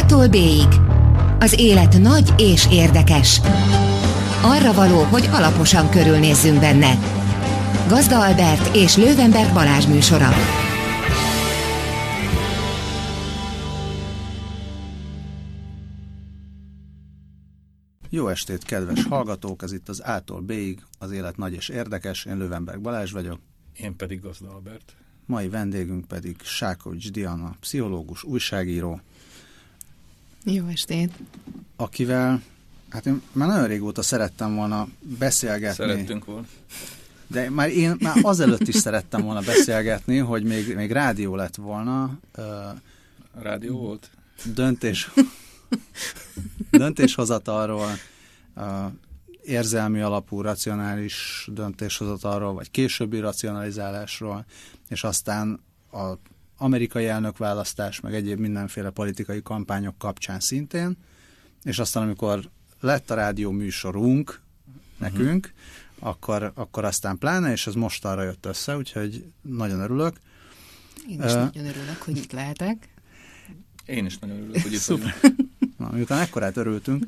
A-tól B-ig. Az élet nagy és érdekes. Arra való, hogy alaposan körülnézzünk benne. Gazda Albert és Lővenberg Balázs műsora. Jó estét, kedves hallgatók! Ez itt az A-tól B-ig, az élet nagy és érdekes. Én Lővenberg Balázs vagyok. Én pedig Gazda Albert. Mai vendégünk pedig Sákovics Diana, pszichológus, újságíró. Jó estét! Akivel, hát én már nagyon régóta szerettem volna beszélgetni. Szerettünk volna. De én már azelőtt is szerettem volna beszélgetni, hogy még rádió lett volna. Rádió volt? Döntéshozatalról, érzelmi alapú, racionális döntéshozatalról, vagy későbbi racionalizálásról, és aztán az amerikai elnökválasztás, meg egyéb mindenféle politikai kampányok kapcsán szintén, és aztán amikor lett a rádió műsorunk nekünk, akkor aztán pláne, és ez most arra jött össze, úgyhogy nagyon örülök. Én is nagyon örülök, hogy itt lehetek. Én is nagyon örülök, hogy itt vagyunk. Na, miután ekkorát örültünk,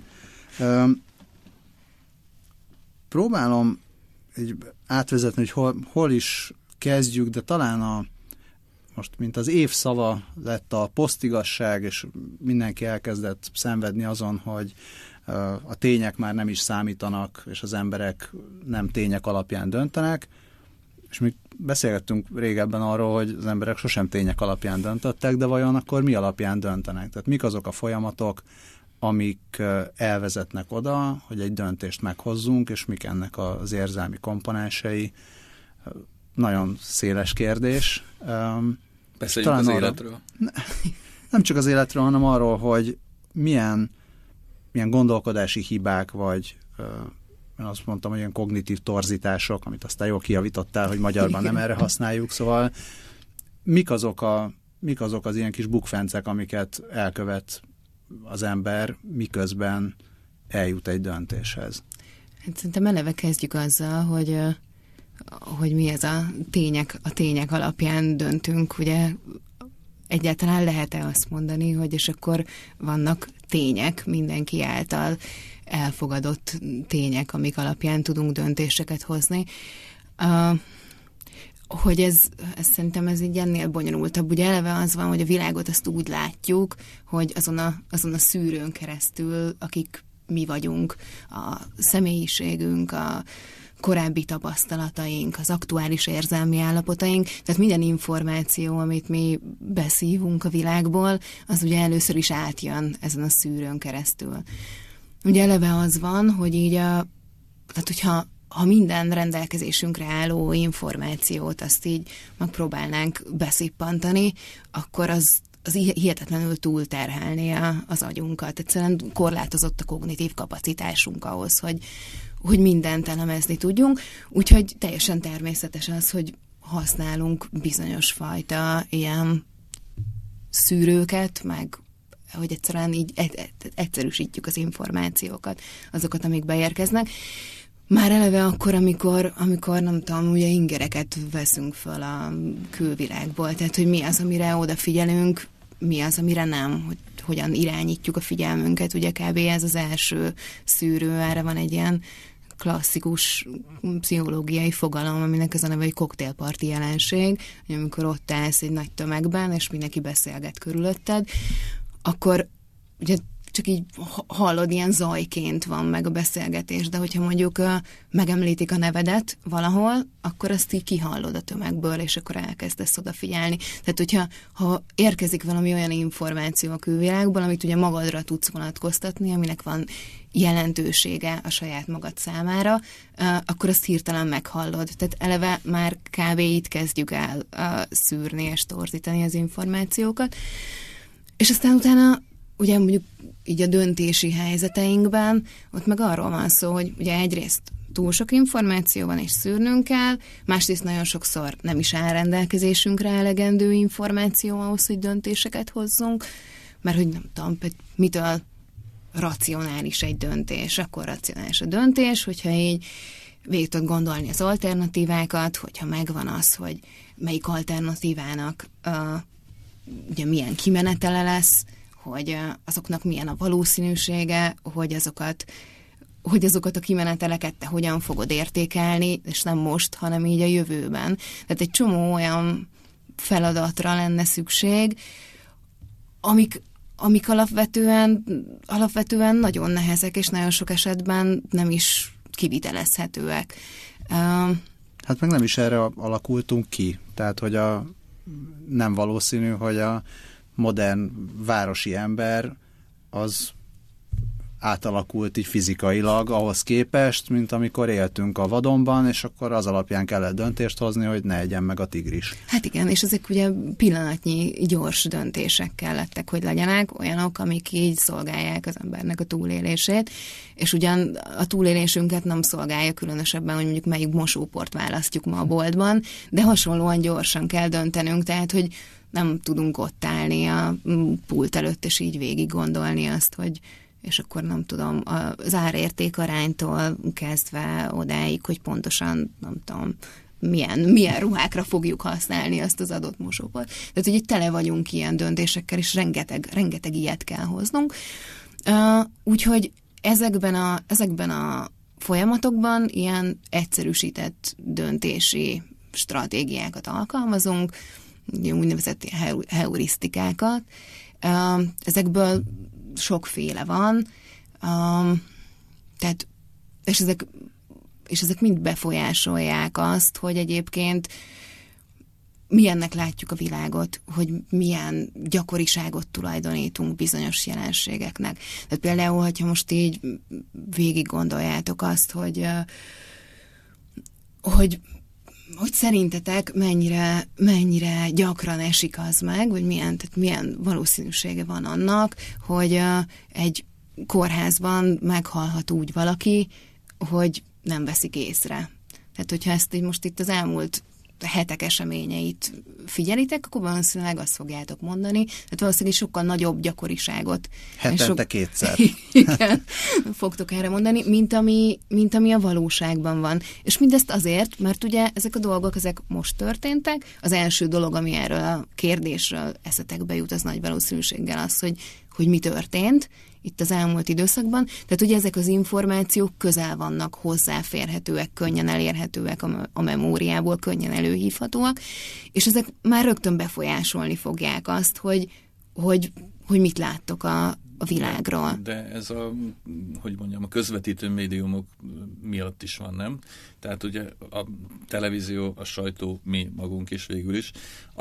próbálom így átvezetni, hogy hol is kezdjük, de talán most, mint az évszava lett a posztigasság, és mindenki elkezdett szenvedni azon, hogy a tények már nem is számítanak, és az emberek nem tények alapján döntenek, és mi beszélgettünk régebben arról, hogy az emberek sosem tények alapján döntöttek, de vajon akkor mi alapján döntenek? Tehát mik azok a folyamatok, amik elvezetnek oda, hogy egy döntést meghozzunk, és mik ennek az érzelmi komponensei? Nagyon széles kérdés. Beszéljünk az életről. Nem csak az életről, hanem arról, hogy milyen gondolkodási hibák, vagy én azt mondtam, hogy ilyen kognitív torzítások, amit aztán jól kijavítottál, hogy magyarban nem erre használjuk, szóval mik azok az ilyen kis bukfencek, amiket elkövet az ember, miközben eljut egy döntéshez? Hát szerintem eleve kezdjük azzal, hogy mi ez a tények alapján döntünk, ugye egyáltalán lehet-e azt mondani, hogy és akkor vannak tények, mindenki által elfogadott tények, amik alapján tudunk döntéseket hozni. Hogy ez szerintem ez így ennél bonyolultabb. Ugye eleve az van, hogy a világot azt úgy látjuk, hogy azon a szűrőn keresztül, akik mi vagyunk, a személyiségünk, a korábbi tapasztalataink, az aktuális érzelmi állapotaink, tehát minden információ, amit mi beszívunk a világból, az ugye először is átjön ezen a szűrőn keresztül. Ugye eleve az van, hogy így tehát hogyha minden rendelkezésünkre álló információt azt így megpróbálnánk beszippantani, akkor az hihetetlenül túlterhelné az agyunkat. Egyszerűen korlátozott a kognitív kapacitásunk ahhoz, hogy mindent elemezni tudjunk, úgyhogy teljesen természetes az, hogy használunk bizonyos fajta ilyen szűrőket, meg hogy egyszerűen így egyszerűsítjük az információkat, azokat, amik beérkeznek. Már eleve akkor, amikor nem tudom, ugye ingereket veszünk föl a külvilágból, tehát hogy mi az, amire odafigyelünk, mi az, amire nem, hogy hogyan irányítjuk a figyelmünket, ugye kb. Ez az első szűrő, erre van egy ilyen klasszikus pszichológiai fogalom, aminek az a neve, hogy koktélparti jelenség, hogy amikor ott állsz egy nagy tömegben, és mindenki beszélget körülötted, akkor ugye csak így hallod, ilyen zajként van meg a beszélgetés, de hogyha mondjuk megemlítik a nevedet valahol, akkor azt így kihallod a tömegből, és akkor elkezdesz odafigyelni. Tehát, hogyha érkezik valami olyan információ a külvilágból, amit ugye magadra tudsz vonatkoztatni, aminek van jelentősége a saját magad számára, akkor azt hirtelen meghallod. Tehát eleve már kb. Itt kezdjük el szűrni és torzítani az információkat. És aztán utána ugye mondjuk így a döntési helyzeteinkben, ott meg arról van szó, hogy ugye egyrészt túl sok információ van, és szűrnünk kell, másrészt nagyon sokszor nem is áll rendelkezésünkre elegendő információ ahhoz, hogy döntéseket hozzunk, mert hogy nem tudom, mitől racionális egy döntés, akkor racionális a döntés, hogyha így végig tudod gondolni az alternatívákat, hogyha megvan az, hogy melyik alternatívának ugye milyen kimenetele lesz, hogy azoknak milyen a valószínűsége, hogy azokat a kimeneteleket te hogyan fogod értékelni, és nem most, hanem így a jövőben. Tehát egy csomó olyan feladatra lenne szükség, amik alapvetően nagyon nehezek, és nagyon sok esetben nem is kivitelezhetőek. Hát meg nem is erre alakultunk ki. Tehát, hogy nem valószínű, hogy a modern városi ember az átalakult így fizikailag ahhoz képest, mint amikor éltünk a vadonban, és akkor az alapján kellett döntést hozni, hogy ne egyen meg a tigris. Hát igen, és ezek ugye pillanatnyi gyors döntések kellettek, hogy legyenek, olyanok, amik így szolgálják az embernek a túlélését, és ugyan a túlélésünket nem szolgálja különösebben, hogy mondjuk melyik mosóport választjuk ma a boltban, de hasonlóan gyorsan kell döntenünk, tehát, hogy nem tudunk ott állni a pult előtt, és így végig gondolni azt, hogy és akkor nem tudom, az árérték aránytól kezdve odáig, hogy pontosan, nem tudom, milyen ruhákra fogjuk használni azt az adott mosóport. Tehát, hogy itt tele vagyunk ilyen döntésekkel, és rengeteg ilyet kell hoznunk. Úgyhogy ezekben a folyamatokban ilyen egyszerűsített döntési stratégiákat alkalmazunk, úgynevezett heurisztikákat. Ezekből sokféle van, tehát, és ezek mind befolyásolják azt, hogy egyébként milyennek látjuk a világot, hogy milyen gyakoriságot tulajdonítunk bizonyos jelenségeknek. Tehát például, hogyha most így végig gondoljátok azt, hogy szerintetek mennyire gyakran esik az meg, vagy milyen valószínűsége van annak, hogy egy kórházban meghalhat úgy valaki, hogy nem veszik észre. Tehát, hogyha ezt így most itt az elmúlt hetek eseményeit figyelitek, akkor valószínűleg azt fogjátok mondani, tehát valószínűleg sokkal nagyobb gyakoriságot. Hetente kétszer. Igen, fogtok erre mondani, mint ami a valóságban van. És mindezt azért, mert ugye ezek a dolgok, ezek most történtek. Az első dolog, ami erről a kérdésről eszetekbe jut, az nagy valószínűséggel az, hogy mi történt itt az elmúlt időszakban. Tehát ugye ezek az információk közel vannak, hozzáférhetőek, könnyen elérhetőek a memóriából, könnyen előhívhatóak, és ezek már rögtön befolyásolni fogják azt, hogy mit láttok a világról. De ez a közvetítő médiumok miatt is van, nem? Tehát ugye a televízió, a sajtó, mi magunk is végül is,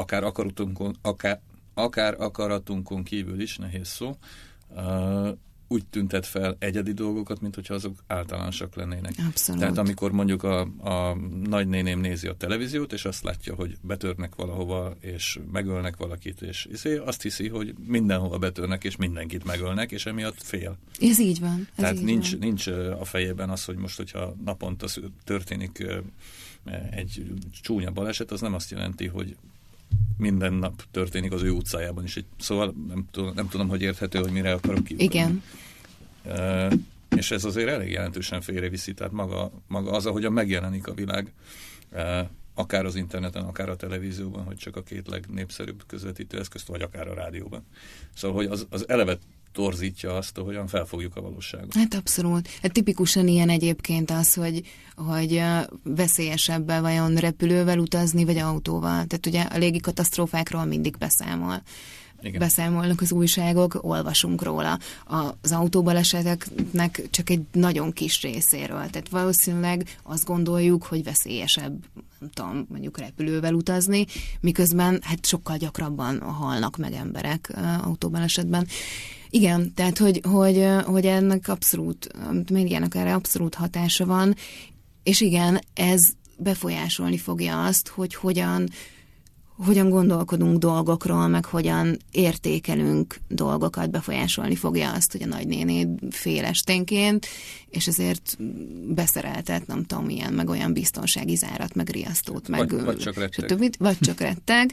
akár akaratunkon kívül is, nehéz szó, úgy tüntet fel egyedi dolgokat, mint hogyha azok általánosak lennének. Abszolút. Tehát amikor mondjuk a nagynéném nézi a televíziót, és azt látja, hogy betörnek valahova, és megölnek valakit, és azt hiszi, hogy mindenhova betörnek, és mindenkit megölnek, és emiatt fél. Ez így van. Tehát nincs a fejében az, hogy most, hogyha naponta történik egy csúnya baleset, az nem azt jelenti, hogy minden nap történik az ő utcájában is. Szóval nem tudom, hogy érthető, hogy mire akarok kiugrani. Igen. És ez azért elég jelentősen félreviszi, tehát maga az, ahogyan megjelenik a világ, akár az interneten, akár a televízióban, hogy csak a két legnépszerűbb közvetítő eszközt, vagy akár a rádióban. Szóval, hogy az eleve torzítja azt, ahogyan felfogjuk a valóságot. Hát abszolút. Hát tipikusan ilyen egyébként az, hogy veszélyesebb vajon repülővel utazni, vagy autóval. Tehát ugye a légi katasztrófákról mindig beszámol. Igen. Beszámolnak az újságok, olvasunk róla. Az autóbaleseteknek csak egy nagyon kis részéről. Tehát valószínűleg azt gondoljuk, hogy veszélyesebb, nem tudom, mondjuk repülővel utazni, miközben hát sokkal gyakrabban halnak meg emberek autóbalesetben. Igen, tehát hogy ennek abszolút, a médiának erre abszolút hatása van, és igen, ez befolyásolni fogja azt, hogy hogyan gondolkodunk dolgokról, meg hogyan értékelünk dolgokat, befolyásolni fogja azt, hogy a nagynéné fél esténként, és ezért beszereltet, nem tudom, milyen, meg olyan biztonsági zárat, meg riasztót, meg vagy csak retteg.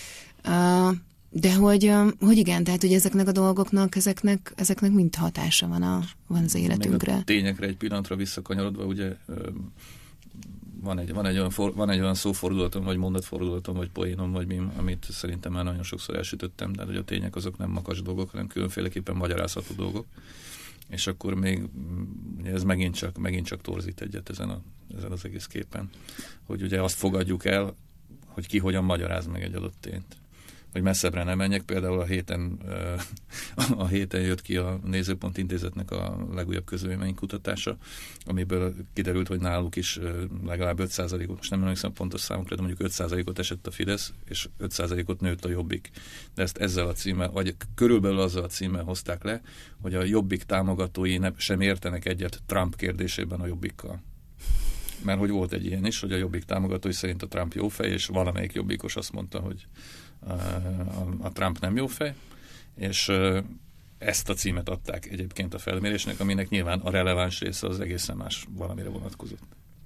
De hogy igen, tehát hogy ezeknek a dolgoknak, ezeknek mind hatása van az életünkre. Még a tényekre egy pillanatra visszakanyarodva, ugye van egy olyan szófordulatom, vagy mondatfordulatom, vagy poénom, vagy mim, amit szerintem már nagyon sokszor elsütöttem, tehát hogy a tények azok nem makacs dolgok, hanem különféleképpen magyarázható dolgok. És akkor még ugye ez megint csak torzít egyet ezen az egész képen, hogy ugye azt fogadjuk el, hogy ki hogyan magyaráz meg egy adott tényt. Hogy messzebbre nem menjek, például a héten jött ki a Nézőpont Intézetnek a legújabb közvéleménykutatása, amiből kiderült, hogy náluk is legalább 5%-ot, most nem emlékszem pontos számokra, de mondjuk 5%-ot esett a Fidesz, és 5%-ot nőtt a Jobbik. De ezt ezzel a címmel, vagy körülbelül azzal a címmel hozták le, hogy a Jobbik támogatói sem értenek egyet Trump kérdésében a Jobbikkal. Mert hogy volt egy ilyen is, hogy a Jobbik támogatói szerint a Trump jó fej, és valamelyik jobbikos azt mondta, hogy a Trump nem jó fej, és ezt a címet adták egyébként a felmérésnek, aminek nyilván a releváns része az egészen más valamire vonatkozott.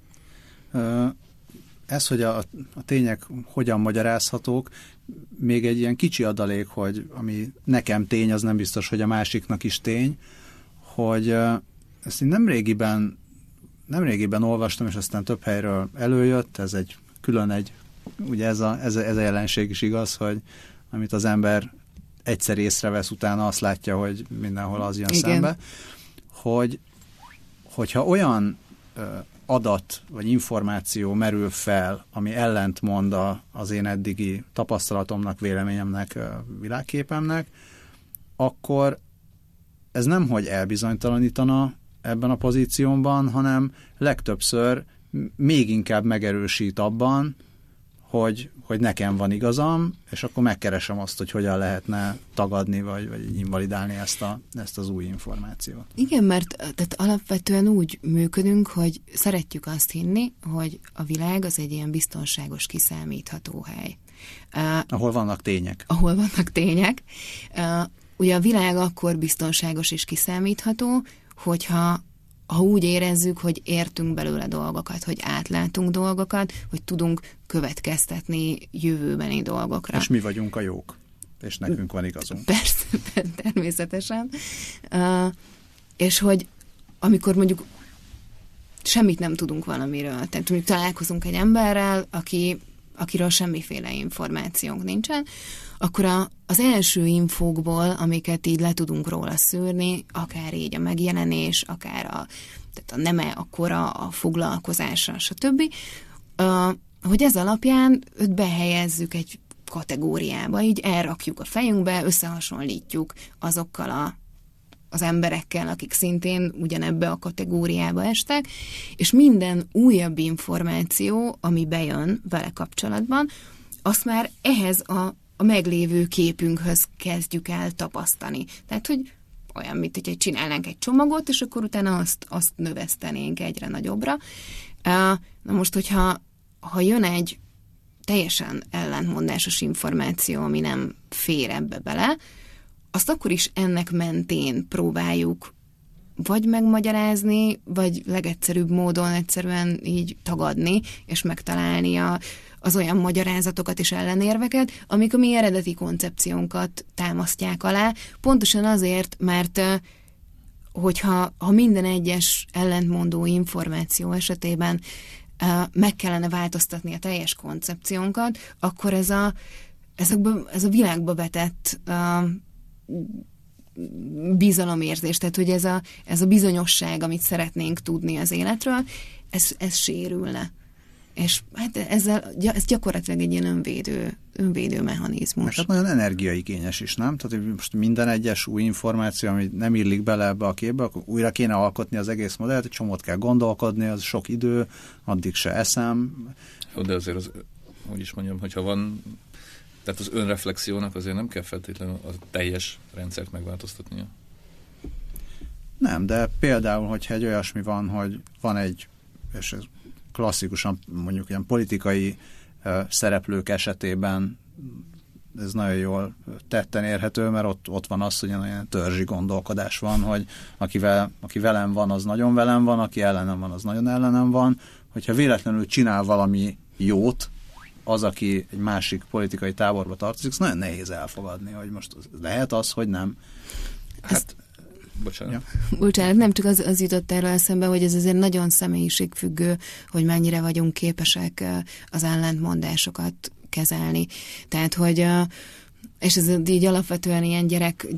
Ez, hogy a tények hogyan magyarázhatók, még egy ilyen kicsi adalék, hogy ami nekem tény, az nem biztos, hogy a másiknak is tény, hogy ezt én nemrégiben olvastam, és aztán több helyről előjött, ez egy ugye ez a jelenség is igaz, hogy amit az ember egyszer észrevesz, utána azt látja, hogy mindenhol az jön szembe, hogyha olyan adat vagy információ merül fel, ami ellentmond az én eddigi tapasztalatomnak, véleményemnek, világképemnek, akkor ez nem, hogy elbizonytalanítana ebben a pozíciómban, hanem legtöbbször még inkább megerősít abban, hogy nekem van igazam, és akkor megkeresem azt, hogy hogyan lehetne tagadni, vagy invalidálni ezt az új információt. Igen, mert tehát alapvetően úgy működünk, hogy szeretjük azt hinni, hogy a világ az egy ilyen biztonságos, kiszámítható hely. Ahol vannak tények. Ahol vannak tények. Ugye a világ akkor biztonságos és kiszámítható, hogyha úgy érezzük, hogy értünk belőle dolgokat, hogy átlátunk dolgokat, hogy tudunk következtetni jövőbeni dolgokra. És mi vagyunk a jók, és nekünk van igazunk. Persze, természetesen. És hogy amikor mondjuk semmit nem tudunk valamiről, tehát mondjuk találkozunk egy emberrel, akiről semmiféle információnk nincsen, akkor az első infókból, amiket így le tudunk róla szűrni, akár így a megjelenés, akár tehát a neme, a kora, a foglalkozása, stb., hogy ez alapján őt behelyezzük egy kategóriába, így elrakjuk a fejünkbe, összehasonlítjuk azokkal az emberekkel, akik szintén ugyanebbe a kategóriába estek, és minden újabb információ, ami bejön vele kapcsolatban, azt már ehhez a meglévő képünkhöz kezdjük el tapasztani. Tehát, hogy olyan, mint hogy csinálnánk egy csomagot, és akkor utána azt növesztenénk egyre nagyobbra. Na most, hogyha jön egy teljesen ellentmondásos információ, ami nem fér ebbe bele, azt akkor is ennek mentén próbáljuk vagy megmagyarázni, vagy legegyszerűbb módon egyszerűen így tagadni, és megtalálni az olyan magyarázatokat és ellenérveket, amik a mi eredeti koncepciónkat támasztják alá, pontosan azért, mert hogyha minden egyes ellentmondó információ esetében meg kellene változtatni a teljes koncepciónkat, akkor ez a világba vetett bizalomérzés, tehát hogy ez a bizonyosság, amit szeretnénk tudni az életről, ez sérülne. És hát ez gyakorlatilag egy ilyen önvédő mechanizmus. Hát nagyon energiaigényes is, nem? Tehát hogy most minden egyes új információ, ami nem illik bele ebbe a képbe, akkor újra kéne alkotni az egész modellt, egy csomót kell gondolkodni, az sok idő, addig se eszem. De azért hogy is mondjam, hogyha van, tehát az önreflexiónak azért nem kell feltétlenül a teljes rendszert megváltoztatnia. Nem, de például, hogyha egy olyasmi van, hogy van egy, és ez klasszikusan mondjuk ilyen politikai szereplők esetében ez nagyon jól tetten érhető, mert ott van az, hogy olyan törzsi gondolkodás van, hogy aki velem van, az nagyon velem van, aki ellenem van, az nagyon ellenem van. Hogyha véletlenül csinál valami jót, az, aki egy másik politikai táborba tartozik, az nagyon nehéz elfogadni, hogy most lehet az, hogy nem. Hát Bocsánat. Ja. Bocsánat, nem csak az jutott erről eszembe, hogy ez azért nagyon személyiségfüggő, hogy mennyire vagyunk képesek az ellentmondásokat kezelni. Tehát, hogy és ez így alapvetően ilyen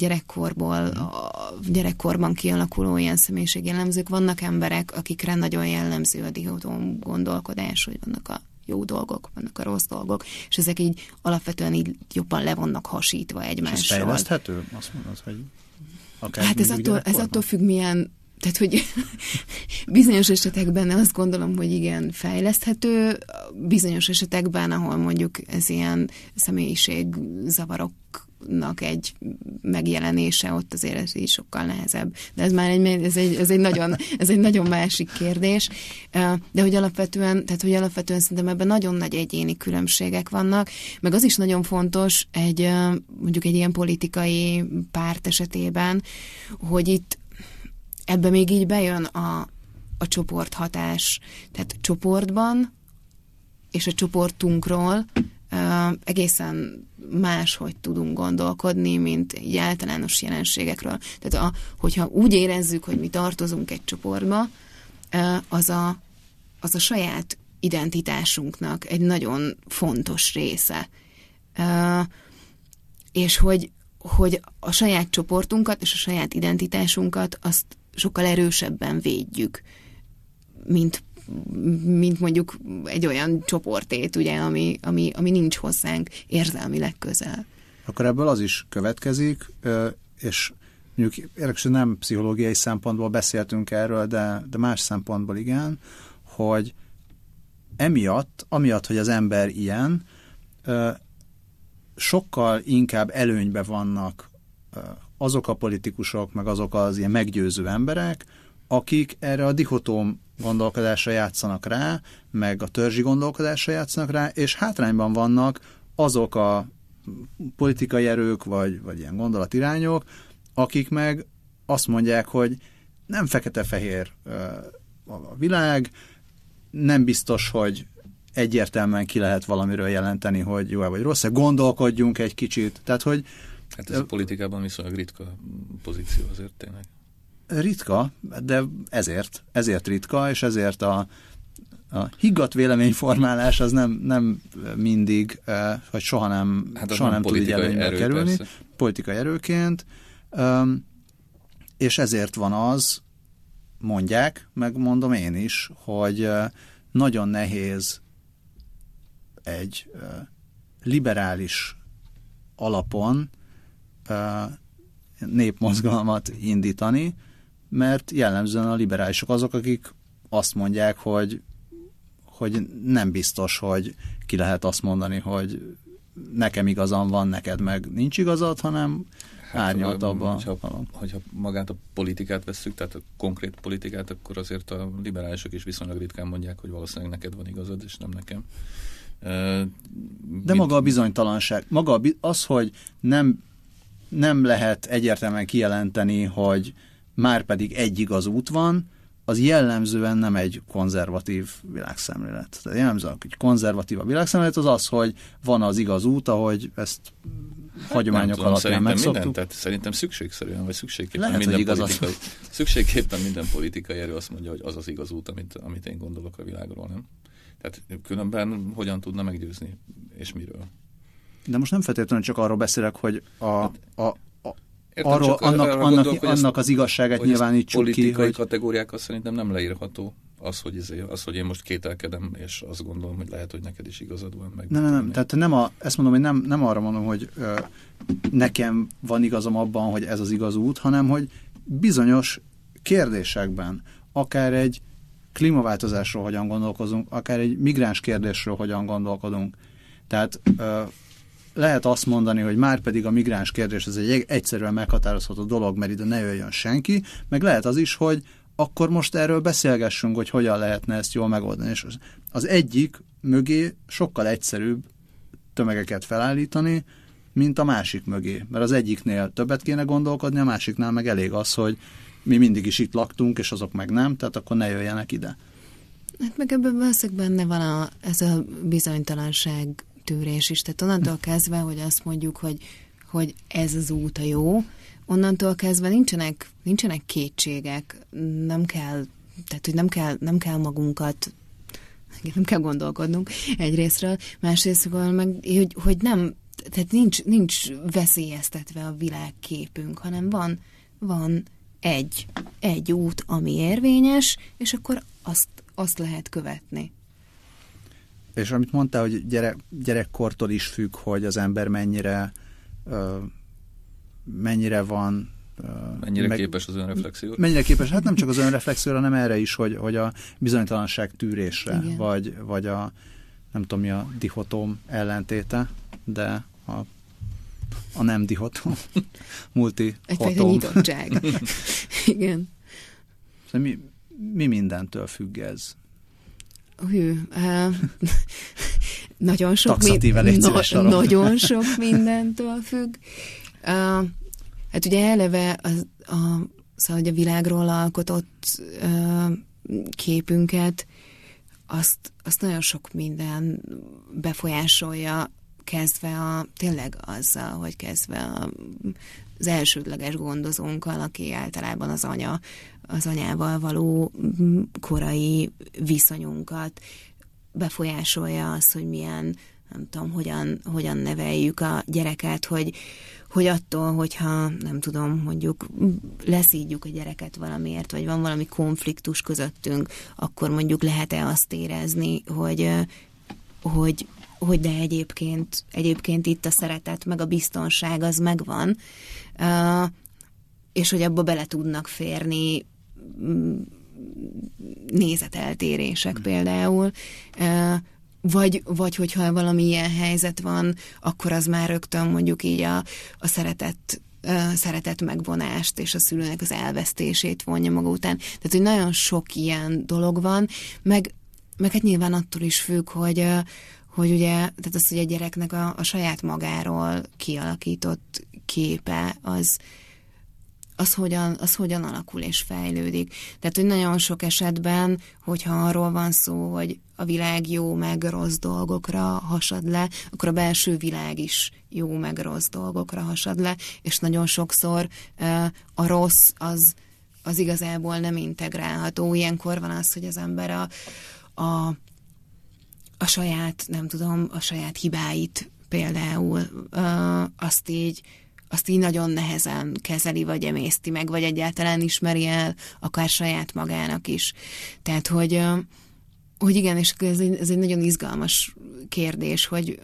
gyerekkorban kialakuló ilyen személyiségjellemzők. Vannak emberek, akikre nagyon jellemző a dihotom gondolkodás, hogy vannak a jó dolgok, vannak a rossz dolgok, és ezek így alapvetően így jobban le vannak hasítva egymással. És ez fejleszthető? Azt mondod, hogy akár hát ez attól függ, milyen, tehát, hogy bizonyos esetekben azt gondolom, hogy igen, fejleszthető, bizonyos esetekben, ahol mondjuk ez ilyen személyiségzavaroknak egy megjelenése, ott azért ez így sokkal nehezebb. De ez már ez egy nagyon másik kérdés. De hogy alapvetően szerintem ebben nagyon nagy egyéni különbségek vannak, meg az is nagyon fontos mondjuk egy ilyen politikai párt esetében, hogy itt ebbe még így bejön a csoporthatás. Tehát csoportban és a csoportunkról egészen máshogy tudunk gondolkodni, mint így általános jelenségekről. Tehát hogyha úgy érezzük, hogy mi tartozunk egy csoportba, az a saját identitásunknak egy nagyon fontos része. És hogy a saját csoportunkat és a saját identitásunkat azt sokkal erősebben védjük, mint mondjuk egy olyan csoportét, ugye, ami nincs hozzánk érzelmileg közel. Akkor ebből az is következik, és mondjuk érdekes, nem pszichológiai szempontból beszéltünk erről, de más szempontból igen, hogy amiatt, hogy az ember ilyen, sokkal inkább előnybe vannak azok a politikusok, meg azok az ilyen meggyőző emberek, akik erre a dichotóm gondolkodásra játszanak rá, meg a törzsi gondolkodásra játszanak rá, és hátrányban vannak azok a politikai erők, vagy ilyen gondolatirányok, akik meg azt mondják, hogy nem fekete-fehér a világ, nem biztos, hogy egyértelműen ki lehet valamiről jelenteni, hogy jó vagy rossz, gondolkodjunk egy kicsit. Tehát, hogy hát ez a politikában viszonylag ritka pozíció azért tényleg. Ritka, de ezért ritka, és ezért a higgadt véleményformálás az nem mindig, vagy soha nem tud így előnybe kerülni. Persze. Politikai erőként, és ezért van az, mondják, megmondom én is, hogy nagyon nehéz egy liberális alapon népmozgalmat indítani, mert jellemzően a liberálisok azok, akik azt mondják, hogy nem biztos, hogy ki lehet azt mondani, hogy nekem igazam van, neked meg nincs igazad, hanem árnyaltabban. Hogyha magát a politikát vesszük, tehát a konkrét politikát, akkor azért a liberálisok is viszonylag ritkán mondják, hogy valószínűleg neked van igazad, és nem nekem. De maga a bizonytalanság, az, hogy nem lehet egyértelműen kijelenteni, hogy már pedig egy igaz út van, az jellemzően nem egy konzervatív világszemlélet. Tehát jellemzően, hogy konzervatív a világszemlélet, az, hogy van az igaz út, ahogy ezt hagyományok alapján megszoktuk. Tehát szerintem szükségszerűen, vagy szükségképpen minden politikai erő azt mondja, hogy az az igaz út, amit én gondolok a világról, nem? Tehát különben hogyan tudna meggyőzni, és miről? De most nem feltétlenül csak arról beszélek, hogy értem, annak az igazságát nyilvánítsuk ki. Politikai kategóriákkal szerintem nem leírható az, hogy én most kételkedem, és azt gondolom, hogy lehet, hogy neked is igazad van. Meg nem. Tehát ezt mondom, hogy nem arra mondom, hogy nekem van igazam abban, hogy ez az igaz út, hanem, hogy bizonyos kérdésekben, akár egy klímaváltozásról hogyan gondolkozunk, akár egy migráns kérdésről hogyan gondolkodunk. Tehát lehet azt mondani, hogy már pedig a migráns kérdés ez egy egyszerűen meghatározható dolog, mert ide ne jöjjön senki, meg lehet az is, hogy akkor most erről beszélgessünk, hogy hogyan lehetne ezt jól megoldani. És az egyik mögé sokkal egyszerűbb tömegeket felállítani, mint a másik mögé. Mert az egyiknél többet kéne gondolkodni, a másiknál meg elég az, hogy mi mindig is itt laktunk, és azok meg nem, tehát akkor ne jöjjenek ide. Hát meg ebben valószínűleg benne van ez a bizonytalanság tűrés is. Tehát onnantól kezdve, hogy azt mondjuk, hogy ez az út a jó, onnantól kezdve nincsenek kétségek, nem kell, tehát hogy nem kell magunkat, nem kell gondolkodnunk egyrésztről, másrésztről meg, hogy nem, tehát nincs veszélyeztetve a világképünk, hanem van egy út, ami érvényes, és akkor azt lehet követni. És amit mondtál, hogy gyerekkortól is függ, hogy az ember mennyire van... Mennyire képes az önreflexióra? Mennyire képes, hát nem csak az önreflexióra, hanem erre is, hogy a bizonytalanság tűrésre, vagy a nem tudom mi a dihotom ellentéte, de a nem dihotom, multihotom. Egyfajta nyitottság. Igen. Szóval mi mindentől függ ez? Nagyon sok mindentől függ. Hát ugye eleve szóval a világról alkotott képünket, azt nagyon sok minden befolyásolja, kezdve tényleg azzal, hogy kezdve az elsődleges gondozónkkal, aki általában az anyával való korai viszonyunkat befolyásolja azt, hogy milyen, nem tudom, hogyan neveljük a gyereket, hogy attól, hogyha nem tudom, mondjuk leszídjuk a gyereket valamiért, vagy van valami konfliktus közöttünk, akkor mondjuk lehet-e azt érezni, hogy de egyébként itt a szeretet, meg a biztonság az megvan, és hogy abba bele tudnak férni nézeteltérések például, vagy hogyha valami ilyen helyzet van, akkor az már rögtön mondjuk így a szeretet megvonást és a szülőnek az elvesztését vonja maga után. Tehát, hogy nagyon sok ilyen dolog van, meg hát nyilván attól is függ, hogy ugye, tehát az, hogy a gyereknek a saját magáról kialakított képe, az hogyan alakul és fejlődik. Tehát, hogy nagyon sok esetben, hogyha arról van szó, hogy a világ jó meg rossz dolgokra hasad le, akkor a belső világ is jó meg rossz dolgokra hasad le, és nagyon sokszor a rossz az igazából nem integrálható. Ilyenkor van az, hogy az ember a saját, nem tudom, a saját hibáit például azt így nagyon nehezen kezeli, vagy emészti meg, vagy egyáltalán ismeri el, akár saját magának is. Tehát, hogy igen, és ez egy nagyon izgalmas kérdés, hogy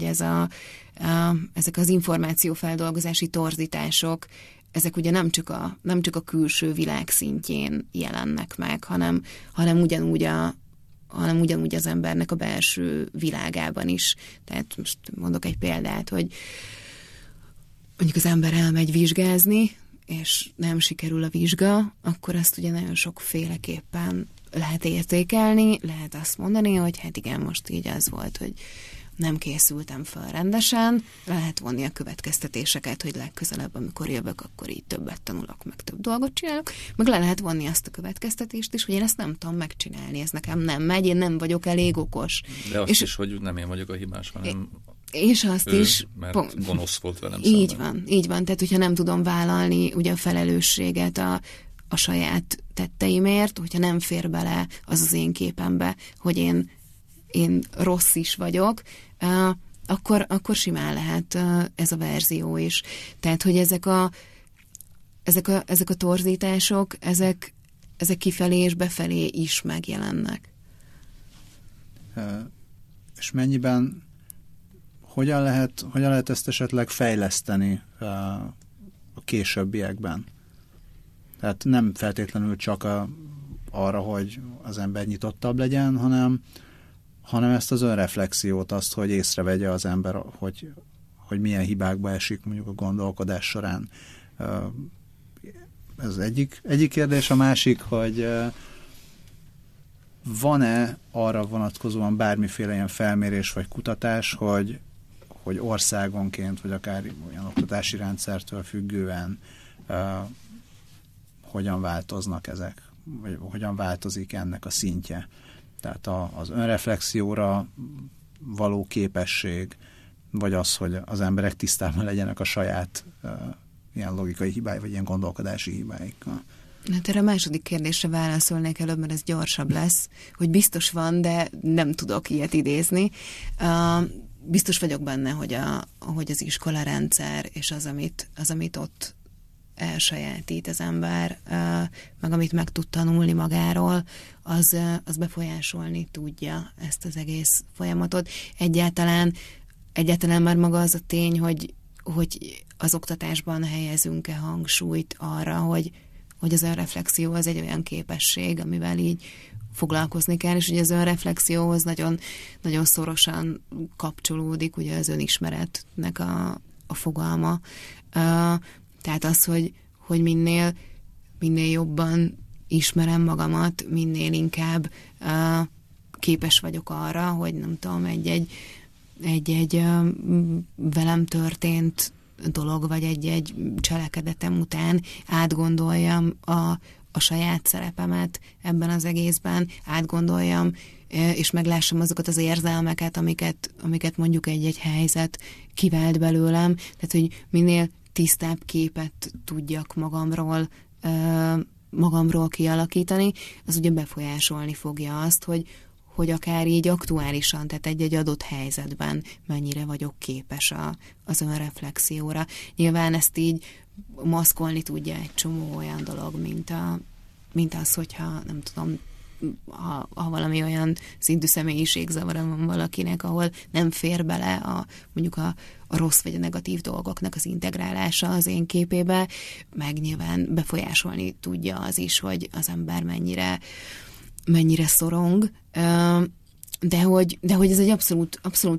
ezek az információfeldolgozási torzítások, ezek ugye nem csak a külső világ szintjén jelennek meg, hanem ugyanúgy az embernek a belső világában is. Tehát most mondok egy példát, hogy mondjuk az ember elmegy vizsgázni, és nem sikerül a vizsga, akkor azt ugye nagyon sokféleképpen lehet értékelni, lehet azt mondani, hogy hát igen, most így az volt, hogy nem készültem fel rendesen, lehet vonni a következtetéseket, hogy legközelebb, amikor jövök, akkor így többet tanulok, meg több dolgot csinálok, meg le lehet vonni azt a következtetést is, hogy én ezt nem tudom megcsinálni, ez nekem nem megy, én nem vagyok elég okos. De azt is, hogy nem én vagyok a hibás, hanem és azt ő, is... mert gonosz volt velem így szemben. Így van. Tehát, hogyha nem tudom vállalni ugye a felelősséget a saját tetteimért, hogyha nem fér bele az én képembe, hogy én rossz is vagyok, akkor simán lehet ez a verzió is. Tehát, hogy ezek a torzítások, ezek kifelé és befelé is megjelennek. És mennyiben hogyan lehet ezt esetleg fejleszteni a későbbiekben? Tehát nem feltétlenül csak arra, hogy az ember nyitottabb legyen, hanem ezt az önreflexiót, azt, hogy észrevegye az ember, hogy milyen hibákba esik mondjuk a gondolkodás során. Ez egyik kérdés, a másik, hogy van-e arra vonatkozóan bármiféle ilyen felmérés vagy kutatás, hogy országonként, vagy akár olyan oktatási rendszertől függően hogyan változnak ezek, vagy hogyan változik ennek a szintje. Tehát az önreflexióra való képesség, vagy az, hogy az emberek tisztában legyenek a saját ilyen logikai hibái, vagy ilyen gondolkodási hibáikkal. Hát erre a második kérdésre válaszolnék előbb, mert ez gyorsabb lesz, hogy biztos van, de nem tudok ilyet idézni. Biztos vagyok benne, hogy az iskolarendszer és az, amit ott elsajátít az ember, meg amit meg tud tanulni magáról, az befolyásolni tudja ezt az egész folyamatot. Egyáltalán már maga az a tény, hogy az oktatásban helyezünk-e hangsúlyt arra, hogy az önreflexió az egy olyan képesség, amivel így foglalkozni kell, és ugye az önreflexióhoz nagyon, nagyon szorosan kapcsolódik ugye az önismeretnek a fogalma. Tehát az, hogy minél jobban ismerem magamat, minél inkább képes vagyok arra, hogy nem tudom, egy velem történt dolog, vagy egy cselekedetem után átgondoljam a saját szerepemet ebben az egészben, átgondoljam, és meglássam azokat az érzelmeket, amiket mondjuk egy helyzet kivált belőlem. Tehát, hogy minél tisztább képet tudjak magamról kialakítani, az ugye befolyásolni fogja azt, hogy akár így aktuálisan, tehát egy adott helyzetben mennyire vagyok képes az önreflexióra. Nyilván ezt így maszkolni tudja egy csomó olyan dolog, mint az, hogyha nem tudom, ha valami olyan szintű személyiségzavara van valakinek, ahol nem fér bele mondjuk a rossz vagy a negatív dolgoknak az integrálása az én képébe, meg nyilván befolyásolni tudja az is, hogy az ember mennyire szorong, de hogy ez egy abszolút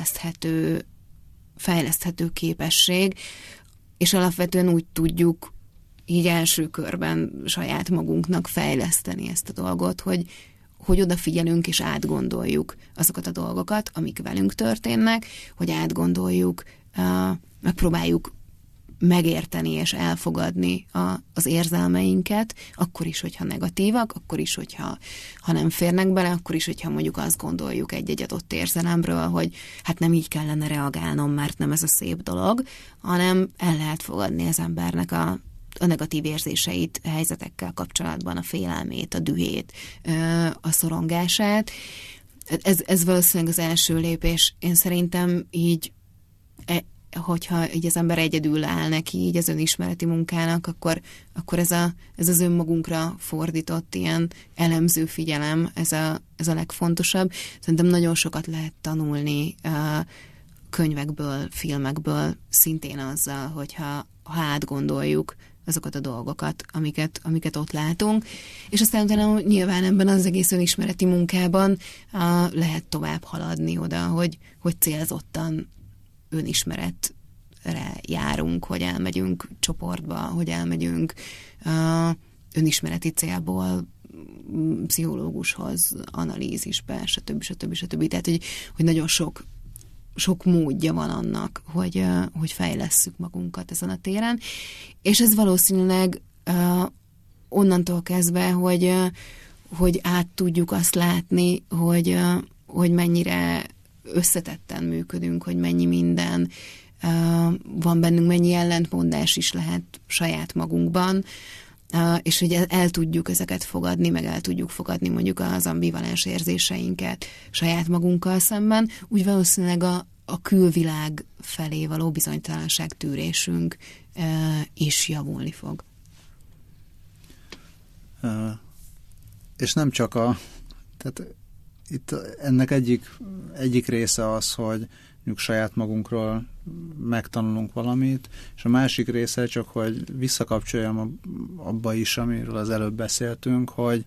fejleszthető képesség, és alapvetően úgy tudjuk így első körben saját magunknak fejleszteni ezt a dolgot, hogy odafigyelünk és átgondoljuk azokat a dolgokat, amik velünk történnek, hogy átgondoljuk, megpróbáljuk megérteni és elfogadni az érzelmeinket, akkor is, hogyha negatívak, akkor is, hogyha nem férnek bele, akkor is, hogyha mondjuk azt gondoljuk egy adott érzelemről, hogy hát nem így kellene reagálnom, mert nem ez a szép dolog, hanem el lehet fogadni az embernek a negatív érzéseit helyzetekkel kapcsolatban, a félelmét, a dühét, a szorongását. Ez valószínűleg az első lépés. Én szerintem így, hogyha így az ember egyedül áll neki így az önismereti munkának, akkor ez az önmagunkra fordított ilyen elemző figyelem, ez a legfontosabb. Szerintem nagyon sokat lehet tanulni könyvekből, filmekből, szintén azzal, hogyha átgondoljuk azokat a dolgokat, amiket ott látunk, és aztán utána nyilván ebben az egész önismereti munkában lehet tovább haladni oda, hogy célzottan önismeretre járunk, hogy elmegyünk csoportba, hogy elmegyünk önismereti célból pszichológushoz, analízisbe, stb. Tehát, hogy nagyon sok módja van annak, hogy fejlesszük magunkat ezen a téren, és ez valószínűleg onnantól kezdve, hogy át tudjuk azt látni, hogy mennyire összetetten működünk, hogy mennyi minden van bennünk, mennyi ellentmondás is lehet saját magunkban, és hogy el tudjuk ezeket fogadni, meg el tudjuk fogadni mondjuk az ambivalens érzéseinket saját magunkkal szemben, úgy valószínűleg a külvilág felé való bizonytalanság tűrésünk is javulni fog. És nem csak tehát itt ennek egyik része az, hogy mondjuk saját magunkról megtanulunk valamit, és a másik része csak, hogy visszakapcsoljam abba is, amiről az előbb beszéltünk, hogy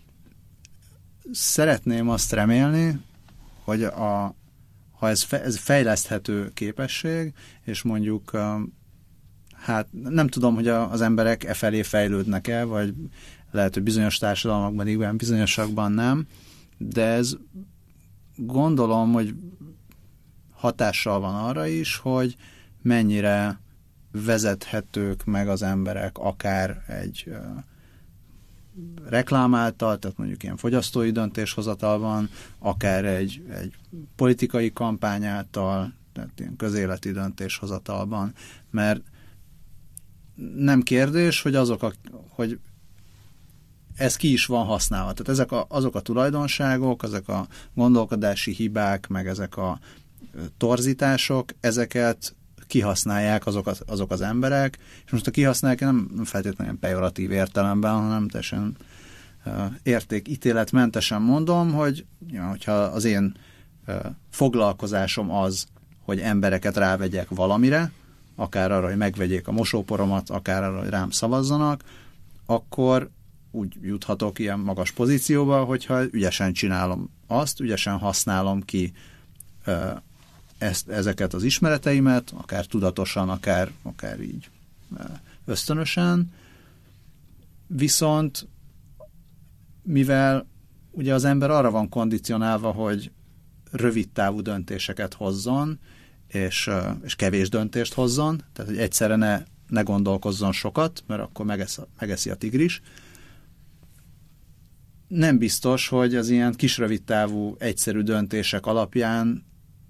szeretném azt remélni, hogy ha ez fejleszthető képesség, és mondjuk hát nem tudom, hogy az emberek felé fejlődnek-e, vagy lehet, hogy bizonyos társadalmakban igen, bizonyosakban nem, de ez gondolom, hogy hatással van arra is, hogy mennyire vezethetők meg az emberek akár egy reklám által, tehát mondjuk ilyen fogyasztói döntéshozatalban, akár egy politikai kampány által, tehát ilyen közéleti döntéshozatalban, mert nem kérdés, hogy hogy ez ki is van használva. Tehát ezek azok a tulajdonságok, ezek a gondolkodási hibák, meg ezek a torzítások, ezeket kihasználják azok az emberek, és most a kihasználják nem feltétlenül pejoratív értelemben, hanem teljesen értékítéletmentesen mondom, hogy hogyha az én foglalkozásom az, hogy embereket rávegyek valamire, akár arra, hogy megvegyék a mosóporomat, akár arra, hogy rám szavazzanak, akkor úgy juthatok ilyen magas pozícióba, hogyha ügyesen csinálom azt, ügyesen használom ki ezeket az ismereteimet, akár tudatosan, akár így ösztönösen. Viszont mivel ugye az ember arra van kondicionálva, hogy rövid távú döntéseket hozzon, és kevés döntést hozzon, tehát hogy egyszerre ne gondolkozzon sokat, mert akkor megeszi a tigris. Nem biztos, hogy az ilyen kis rövid távú egyszerű döntések alapján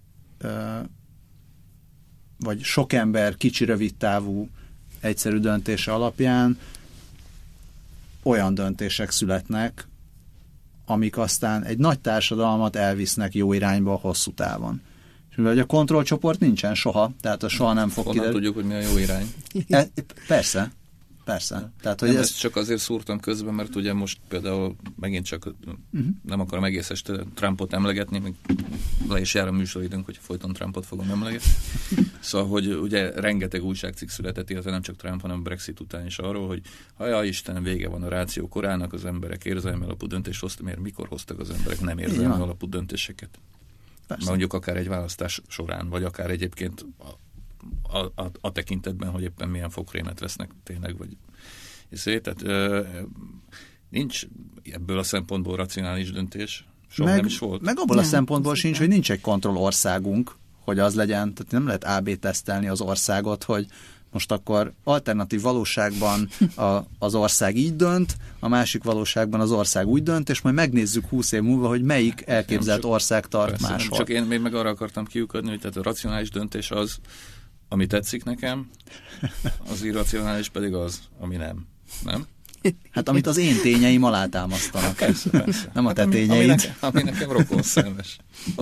vagy sok ember kicsi rövid távú egyszerű döntése alapján olyan döntések születnek, amik aztán egy nagy társadalmat elvisznek jó irányba hosszú távon. És mivel a kontrollcsoport nincsen soha, tehát az soha nem fog kiderülni. Tudjuk, hogy mi a jó irány. Persze. Tehát, hogy ezt csak azért szúrtam közben, mert ugye most például megint csak nem akarom egész este Trumpot emlegetni, még le is jár a műsoridőnk, hogy folyton Trumpot fogom emlegetni. Szóval, hogy ugye rengeteg újságcikk született, illetve nem csak Trump, hanem Brexit után is arról, hogy ha Istenem, vége van a ráció korának, az emberek érzelmi alapú döntést hoztak, miért mikor hoztak az emberek nem érzelmi alapú döntéseket? Mondjuk akár egy választás során, vagy akár egyébként a tekintetben, hogy éppen milyen fogkrémet vesznek tényleg, vagy tehát nincs ebből a szempontból racionális döntés. Soha nem is volt. Meg abból a szempontból sincs, hogy nincs egy kontrollországunk, hogy az legyen, tehát nem lehet AB tesztelni az országot, hogy most akkor alternatív valóságban az ország így dönt, a másik valóságban az ország úgy dönt, és majd megnézzük 20 év múlva, hogy melyik elképzelt ország tart máshol. Csak én még meg arra akartam kiukadni, hogy tehát a racionális döntés az, ami tetszik nekem, az irracionális pedig az, ami nem. Nem? Hát amit az én tényeim alátámasztanak. Persze. Nem a te tényeid. Ami nekem rokon szemes.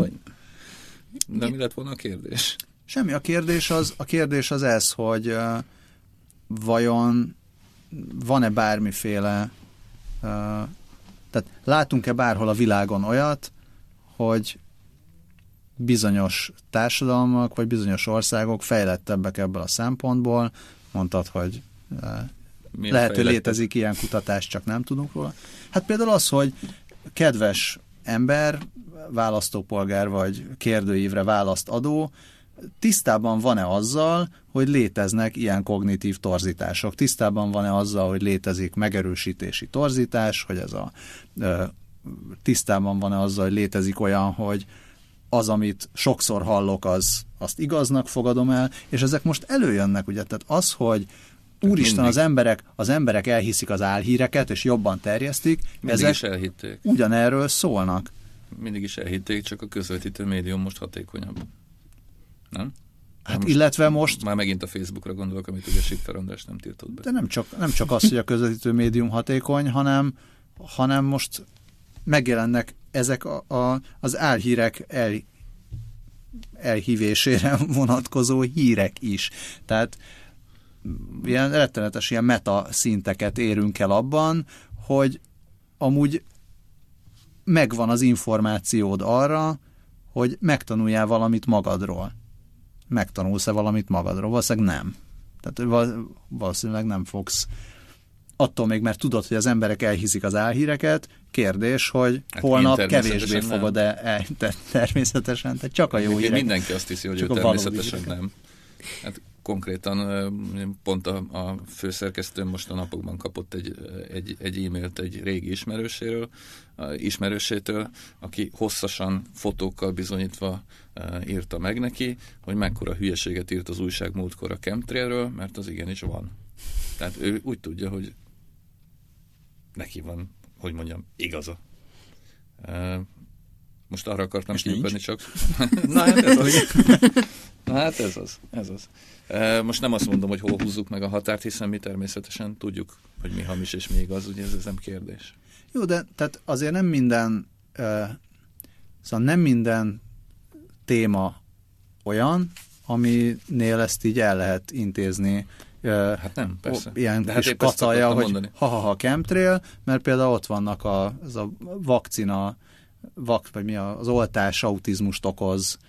De mi lett volna a kérdés? Semmi, a kérdés az ez, hogy vajon van-e bármiféle, tehát látunk-e bárhol a világon olyat, hogy bizonyos társadalmak, vagy bizonyos országok fejlettebbek ebből a szempontból, mondtad, hogy lehet, hogy létezik ilyen kutatás, csak nem tudunk róla. Hát például az, hogy kedves ember, választópolgár vagy kérdőívre választ adó, tisztában van-e azzal, hogy léteznek ilyen kognitív torzítások? Tisztában van-e azzal, hogy létezik megerősítési torzítás, hogy tisztában van-e azzal, hogy létezik olyan, hogy az, amit sokszor hallok, azt igaznak fogadom el, és ezek most előjönnek, ugye? Tehát az, hogy úristen, az emberek elhiszik az álhíreket, és jobban terjesztik, ezek is elhitték. Ugyanerről szólnak. Mindig is elhitték, csak a közvetítő médium most hatékonyabb. Nem? Hát illetve most... Már megint a Facebookra gondolok, amit ugye Sikter András nem tiltott be. De nem csak az, hogy a közvetítő médium hatékony, hanem most megjelennek ezek az álhírek elhívésére vonatkozó hírek is. Tehát ilyen rettenetes ilyen meta szinteket érünk el abban, hogy amúgy megvan az információd arra, hogy megtanuljál valamit magadról. Megtanulsz-e valamit magadról? Valószínűleg nem. Tehát valószínűleg nem fogsz. Attól még, mert tudod, hogy az emberek elhiszik az álhíreket, kérdés, hogy holnap kevésbé fogod természetesen, tehát csak a jó hírek. Mindenki azt hiszi, hogy ő természetesen nem. Hát konkrétan pont a főszerkesztőm most a napokban kapott egy e-mailt egy régi ismerősétől, aki hosszasan fotókkal bizonyítva írta meg neki, hogy mekkora hülyeséget írt az újság múltkor a chemtrailről, mert az igenis van. Tehát ő úgy tudja, hogy neki van, hogy mondjam, igaza. Most arra akartam kiukadni csak. Na Hát ez az. Most nem azt mondom, hogy hol húzzuk meg a határt, hiszen mi természetesen tudjuk, hogy mi hamis és mi igaz, ugye ez nem kérdés. Jó, de tehát azért nem minden szóval nem minden téma olyan, aminél ezt így el lehet intézni. Hát nem, persze. Ilyen de kis kacalja, hogy ha chemtrail, mert például ott vannak ez a vakcina, vagy mi az oltás autizmust okoz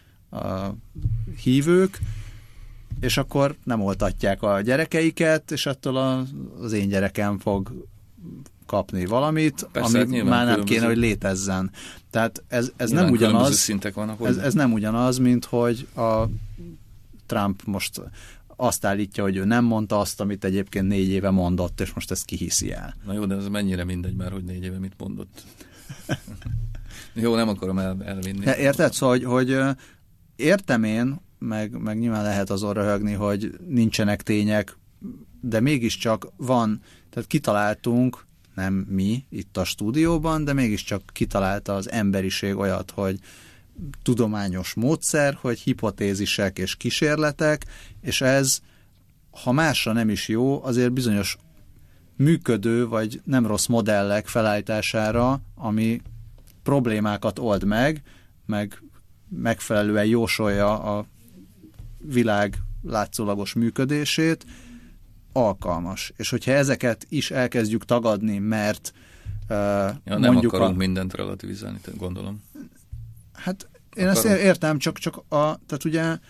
hívők, és akkor nem oltatják a gyerekeiket, és attól az én gyerekem fog kapni valamit, persze, ami már nem kéne, hogy létezzen. Tehát ez nem ugyanaz, szintek vannak, ez nem ugyanaz, mint hogy a Trump most azt állítja, hogy ő nem mondta azt, amit egyébként 4 éve mondott, és most ezt kihiszi el. Na jó, de ez mennyire mindegy már, hogy 4 éve mit mondott. Jó, nem akarom elvinni. Érted? Szóval, hogy értem én, meg nyilván lehet azon röhögni, hogy nincsenek tények, de mégiscsak van, tehát kitaláltunk, nem mi itt a stúdióban, de mégiscsak kitalálta az emberiség olyat, hogy tudományos módszer, hogy hipotézisek és kísérletek, és ez, ha másra nem is jó, azért bizonyos működő vagy nem rossz modellek felállítására, ami problémákat old meg megfelelően jósolja a világ látszólagos működését, alkalmas. És hogyha ezeket is elkezdjük tagadni, mert nem mondjuk akarunk mindent relativizálni, gondolom. Hát én ezt értem, csak tehát ugye,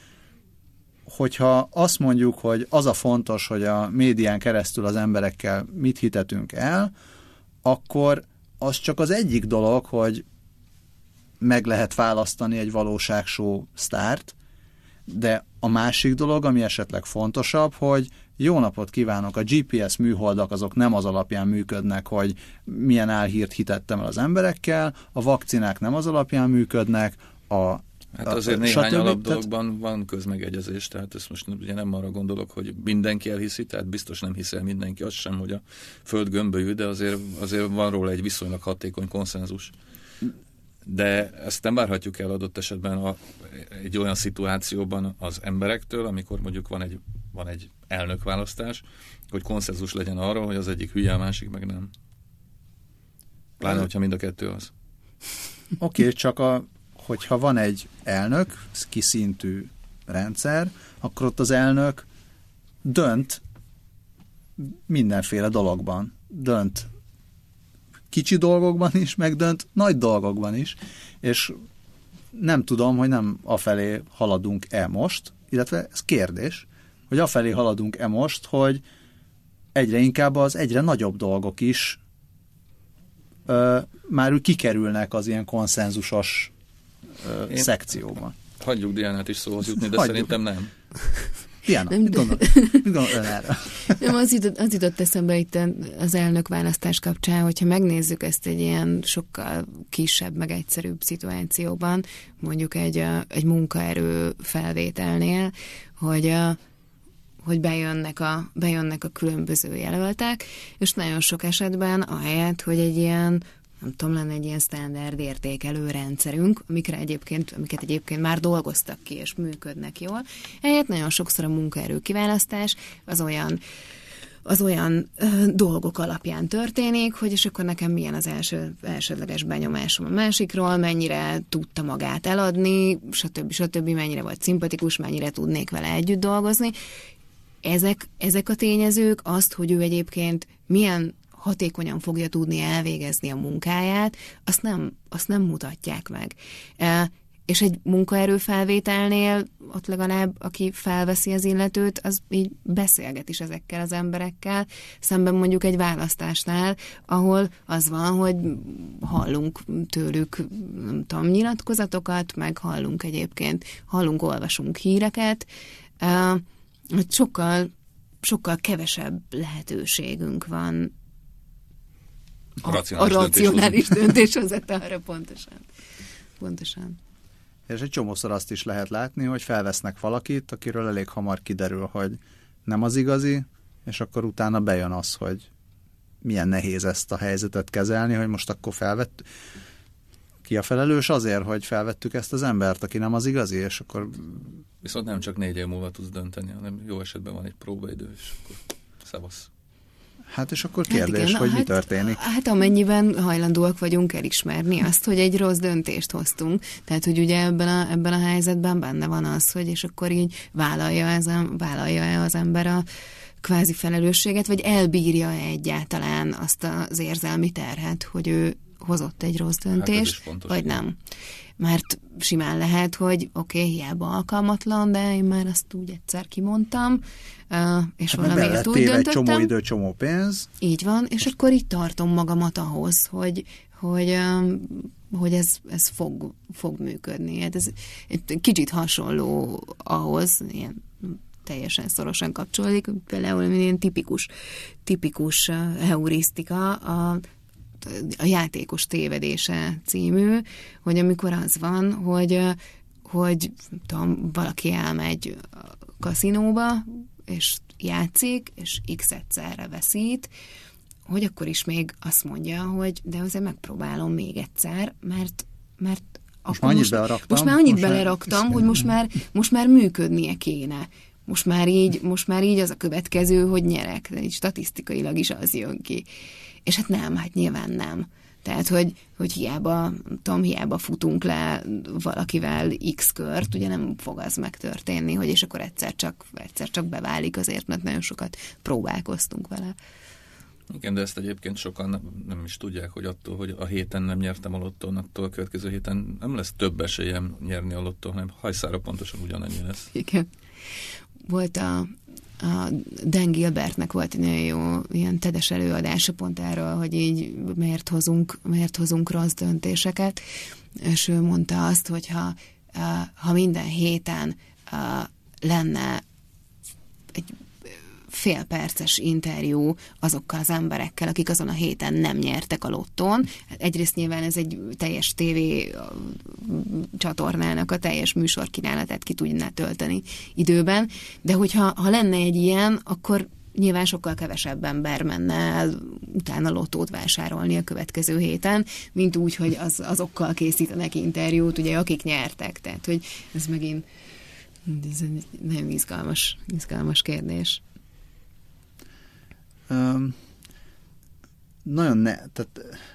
hogyha azt mondjuk, hogy az a fontos, hogy a médián keresztül az emberekkel mit hitetünk el, akkor az csak az egyik dolog, hogy meg lehet választani egy valóságshow sztárt, de a másik dolog, ami esetleg fontosabb, hogy jó napot kívánok, a GPS műholdak azok nem az alapján működnek, hogy milyen álhírt hitettem el az emberekkel, a vakcinák nem az alapján működnek, hát azért néhány alapdologban van közmegegyezés, tehát ezt most ugye nem arra gondolok, hogy mindenki elhiszi, tehát biztos nem hiszel mindenki, az sem, hogy a Föld gömbölyű, de azért van róla egy viszonylag hatékony konszenzus. De ezt nem várhatjuk el adott esetben egy olyan szituációban az emberektől, amikor mondjuk van egy elnökválasztás, hogy konszenzus legyen arra, hogy az egyik hülye, a másik meg nem. Pláne, hogyha mind a kettő az. Oké, csak hogyha van egy elnök, kiszintű rendszer, akkor ott az elnök dönt mindenféle dologban. Dönt kicsi dolgokban is, meg dönt nagy dolgokban is, és nem tudom, hogy nem afelé haladunk-e most, illetve ez kérdés, hogy afelé haladunk-e most, hogy egyre inkább az egyre nagyobb dolgok is már úgy kikerülnek az ilyen konszenzusos szekcióban. Hagyjuk Diánát is szóhoz jutni, de szerintem nem. Diana, mit gondol ön erre? Nem, az jutott eszembe itt az elnökválasztás kapcsán, hogyha megnézzük ezt egy ilyen sokkal kisebb, meg egyszerűbb szituációban, mondjuk egy munkaerő felvételnél, hogy bejönnek a különböző jelöltek, és nagyon sok esetben ahelyett, hogy egy ilyen, nem tudom, lenne egy ilyen standard értékelő rendszerünk, amiket egyébként már dolgoztak ki, és működnek jól. Ehelyett nagyon sokszor a munkaerő kiválasztás az olyan dolgok alapján történik, hogy és akkor nekem milyen az elsődleges benyomásom a másikról, mennyire tudta magát eladni, stb. Mennyire volt szimpatikus, mennyire tudnék vele együtt dolgozni. Ezek a tényezők azt, hogy ő egyébként milyen hatékonyan fogja tudni elvégezni a munkáját, azt nem mutatják meg. És egy munkaerőfelvételnél ott legalább, aki felveszi az illetőt, az így beszélget is ezekkel az emberekkel, szemben mondjuk egy választásnál, ahol az van, hogy hallunk tőlük, nem tudom, nyilatkozatokat, meg olvasunk híreket, hogy sokkal kevesebb lehetőségünk van a racionális döntéshozatalra pontosan. És egy csomószor azt is lehet látni, hogy felvesznek valakit, akiről elég hamar kiderül, hogy nem az igazi, és akkor utána bejön az, hogy milyen nehéz ezt a helyzetet kezelni, hogy most akkor ki a felelős azért, hogy felvettük ezt az embert, aki nem az igazi, és akkor Viszont nem csak 4 év múlva tudsz dönteni, hanem jó esetben van egy próbaidő, és akkor szevasz. Hát és akkor kérdés, hogy mi történik? Hát amennyiben hajlandóak vagyunk elismerni azt, hogy egy rossz döntést hoztunk. Tehát, hogy ugye ebben a helyzetben benne van az, hogy és akkor így vállalja az ember a kvázi felelősséget, vagy elbírja egyáltalán azt az érzelmi terhet, hogy ő hozott egy rossz döntést, vagy nem. Mert simán lehet, hogy hiába alkalmatlan, de én már azt úgy egyszer kimondtam, és hát valamiért úgy döntöttem. Egy csomó idő, csomó pénz. Így van, és akkor így tartom magamat ahhoz, hogy ez fog működni. Hát ez egy kicsit hasonló ahhoz, ilyen teljesen szorosan kapcsolódik, például ilyen tipikus heurisztika, a játékos tévedése című, hogy amikor az van, hogy tudom, valaki elmegy a kaszinóba, és játszik, és x egyszerre veszít, hogy akkor is még azt mondja, hogy de azért megpróbálom még egyszer, mert most már annyit beleraktam, hogy most már működnie kéne. Most már így az a következő, hogy nyerek, de így statisztikailag is az jön ki. És hát nyilván nem. Tehát, hogy hiába futunk le valakivel x kört, ugye nem fog az megtörténni, hogy és akkor egyszer csak beválik azért, mert nagyon sokat próbálkoztunk vele. Igen, de ezt egyébként sokan nem is tudják, hogy attól, hogy a héten nem nyertem a lottón, attól a következő héten nem lesz több esélyem nyerni a lottón, hanem hajszára pontosan ugyanannyi lesz. Igen. Volt a Dan Gilbertnek volt egy nagyon jó ilyen tedes előadása pont erről, hogy így miért hozunk rossz döntéseket, és ő mondta azt, hogy ha minden héten lenne egy félperces interjú azokkal az emberekkel, akik azon a héten nem nyertek a lottón. Egyrészt nyilván ez egy teljes tévé csatornának a teljes műsorkínálatát ki tudná tölteni időben, de hogyha lenne egy ilyen, akkor nyilván sokkal kevesebb ember menne el utána lottót vásárolni a következő héten, mint úgy, hogy azokkal készítenek interjút, ugye, akik nyertek. Tehát, hogy ez megint ez egy nagyon izgalmas kérdés. Tehát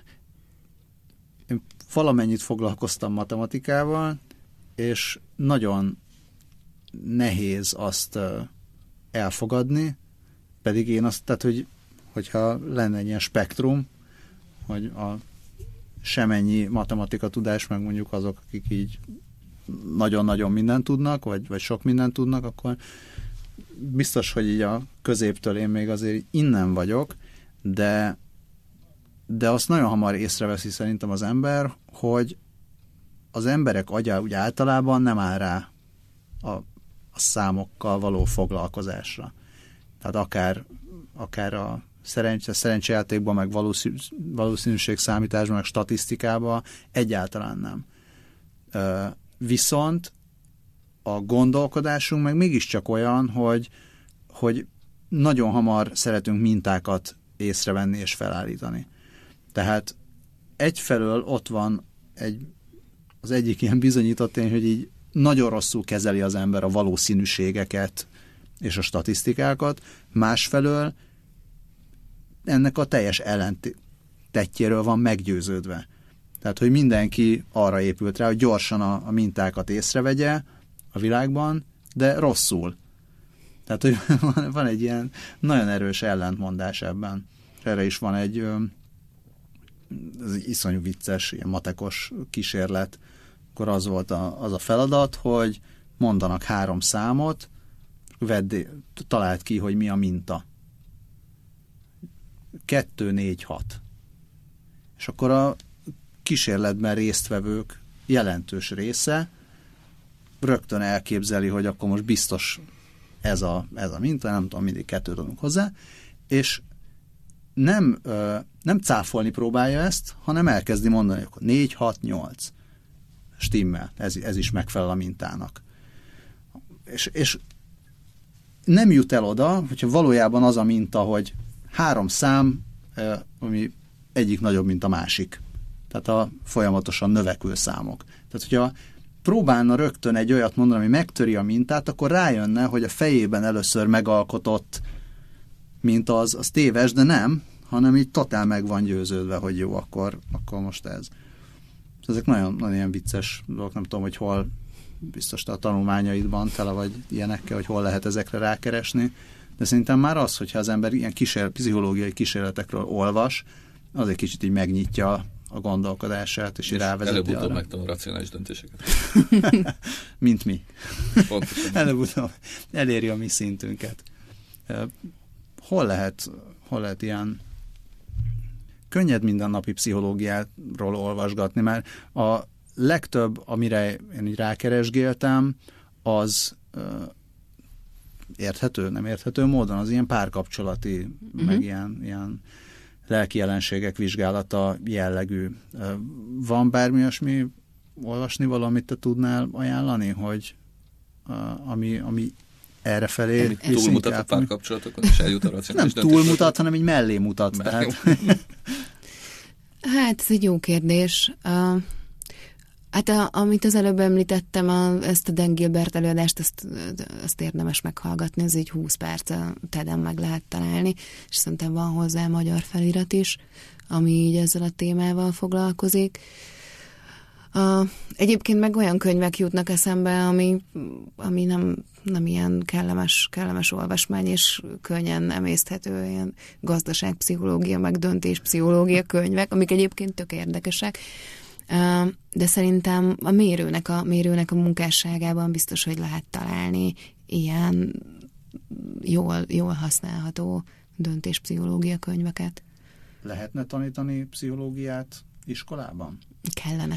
én valamennyit foglalkoztam matematikával, és nagyon nehéz azt elfogadni, pedig én tehát, hogyha lenne egy ilyen spektrum, hogy semennyi matematika tudás, meg mondjuk azok, akik így nagyon-nagyon mindent tudnak, vagy sok mindent tudnak, akkor biztos, hogy így a középtől én még azért innen vagyok, de azt nagyon hamar észreveszi szerintem az ember, hogy az emberek agya úgy általában nem áll rá a számokkal való foglalkozásra. Tehát akár a szerencsejátékban, meg valószínűségszámításban, meg statisztikában egyáltalán nem. Viszont a gondolkodásunk meg mégiscsak olyan, hogy nagyon hamar szeretünk mintákat észrevenni és felállítani. Tehát egyfelől ott van az egyik ilyen bizonyított tény, hogy így nagyon rosszul kezeli az ember a valószínűségeket és a statisztikákat, másfelől ennek a teljes ellentétjéről van meggyőződve. Tehát, hogy mindenki arra épült rá, hogy gyorsan a mintákat észrevegye a világban, de rosszul. Tehát, hogy van egy ilyen nagyon erős ellentmondás ebben. Erre is van egy iszonyú vicces, ilyen matekos kísérlet. Akkor az volt az a feladat, hogy mondanak 3 számot, találd ki, hogy mi a minta. 2, 4, 6. És akkor a kísérletben résztvevők jelentős része rögtön elképzeli, hogy akkor most biztos ez a minta, nem tudom, mindig 2 adunk hozzá, és nem cáfolni próbálja ezt, hanem elkezdi mondani, hogy 4, 6, 8. Stimmel, ez is megfelel a mintának. És nem jut el oda, hogyha valójában az a minta, hogy 3 szám, ami egyik nagyobb, mint a másik. Tehát a folyamatosan növekvő számok. Tehát, hogyha próbálna rögtön egy olyat mondani, ami megtöri a mintát, akkor rájönne, hogy a fejében először megalkotott minta az téves, de nem, hanem így totál meg van győződve, hogy jó, akkor most ez. Ezek nagyon, nagyon ilyen vicces dolgok, nem tudom, hogy hol, biztos a tanulmányaidban tele vagy ilyenekkel, hogy hol lehet ezekre rákeresni, de szerintem már az, hogyha az ember ilyen pszichológiai kísérletekről olvas, az egy kicsit így megnyitja a gondolkodását, és rávezeti arra. Előbb-utóbb megtanul racionális döntéseket. Mint mi. Pontosan. Előbb-utóbb eléri a mi szintünket. Hol lehet ilyen könnyed mindennapi pszichológiáról olvasgatni, mert a legtöbb, amire én így rákeresgéltem, az érthető, nem érthető módon, az ilyen párkapcsolati, meg ilyen lelki jelenségek vizsgálata jellegű. Van bármi olyasmi olvasni valamit te tudnál ajánlani, hogy ami errefelé túlmutat a párkapcsolatokon, és eljut a racionális döntésre. Nem túlmutat, hanem így mellé mutat. Hát ez egy jó kérdés. Hát amit az előbb említettem, ezt a Dan Gilbert előadást, azt érdemes meghallgatni, ez egy 20 perc, a TED-en meg lehet találni, és szerintem van hozzá magyar felirat is, ami így ezzel a témával foglalkozik. Egyébként meg olyan könyvek jutnak eszembe, ami nem ilyen kellemes olvasmány, és könnyen emészthető, ilyen gazdaságpszichológia, meg döntéspszichológia könyvek, amik egyébként tök érdekesek. De szerintem a mérőnek a munkásságában biztos, hogy lehet találni ilyen jól használható döntéspszichológia könyveket. Lehetne tanítani pszichológiát iskolában? Kellene.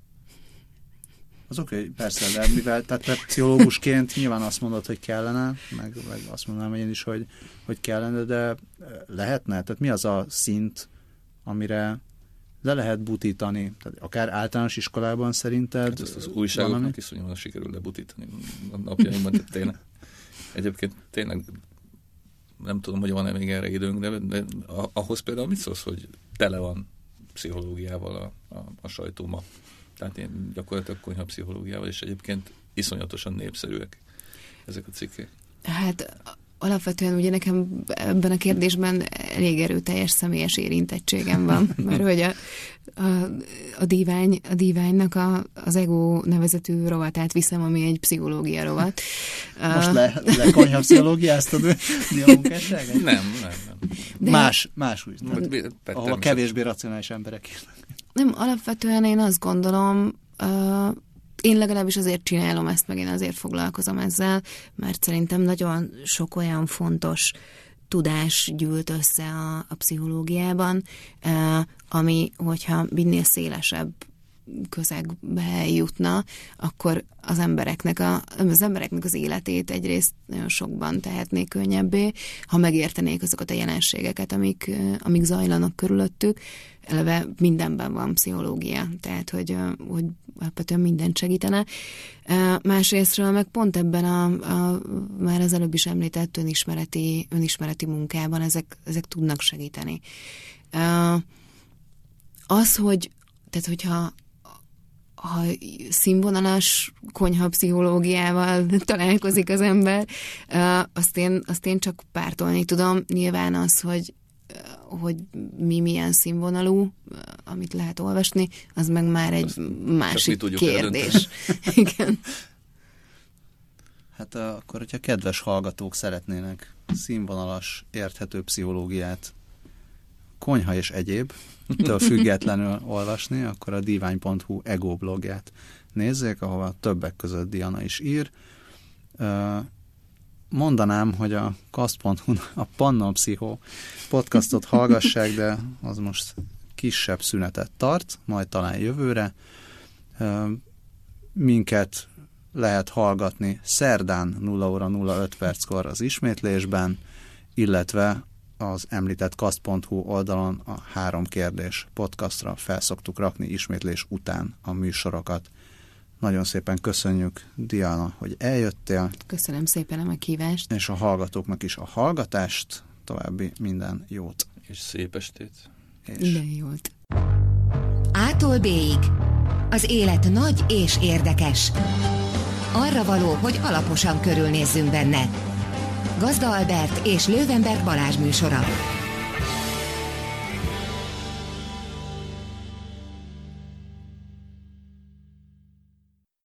Az oké, persze, de mivel tehát pszichológusként nyilván azt mondod, hogy kellene, meg azt mondanám én is, hogy kellene, de lehetne? Tehát mi az a szint, amire le lehet butítani? Tehát akár általános iskolában szerinted? Hát azt az újságoknak iszonyúan sikerül lebutítani a napjainkban, tényleg. Egyébként tényleg nem tudom, hogy van-e még erre időnk, de ahhoz például mit szólsz, hogy tele van pszichológiával a sajtó ma? Tehát én gyakorlatilag konyha pszichológiával, és egyébként iszonyatosan népszerűek ezek a cikkek. Hát alapvetően ugye nekem ebben a kérdésben elég erőteljes személyes érintettségem van, mert hogy a díványnak az ego nevezetű rovatát viszem, ami egy pszichológia rovat. Most lekonyha pszichológiáztad a munkásságát? Nem. De más úgy. Ahol kevésbé racionális emberek írnak. Nem, alapvetően én azt gondolom, én legalábbis azért csinálom ezt, meg én azért foglalkozom ezzel, mert szerintem nagyon sok olyan fontos tudás gyűlt össze a pszichológiában, ami, hogyha minél szélesebb közegbe jutna, akkor az embereknek az életét egyrészt nagyon sokban tehetnék könnyebbé, ha megértenék azokat a jelenségeket, amik zajlanak körülöttük. Eleve mindenben van pszichológia, tehát hogy alapvetően mindent segítene. Másrésztről meg pont ebben már az előbb is említett önismereti munkában ezek tudnak segíteni. Tehát hogyha színvonalas konyhapszichológiával találkozik az ember, azt én csak pártolni tudom. Nyilván az, hogy milyen színvonalú, amit lehet olvasni, az meg már egy másik kérdés. Igen. Hát akkor, hogyha kedves hallgatók szeretnének színvonalas, érthető pszichológiát, konyha és egyéb, től függetlenül olvasni, akkor a divány.hu ego blogját nézzék, ahova többek között Diana is ír. Mondanám, hogy a kast.hu-n a Pannopszicho podcastot hallgassák, de az most kisebb szünetet tart, majd talán jövőre. Minket lehet hallgatni szerdán 0 óra 05 perckor az ismétlésben, illetve az említett kast.hu oldalon a 3 kérdés podcastra felszoktuk rakni ismétlés után a műsorokat. Nagyon szépen köszönjük, Diana, hogy eljöttél. Köszönöm szépen a meghívást. És a hallgatóknak is a hallgatást, további minden jót. És szép estét. Minden jót. A-tól B-ig. Az élet nagy és érdekes. Arra való, hogy alaposan körülnézzünk benne. Gazda Albert és Löwenberg Balázs műsora.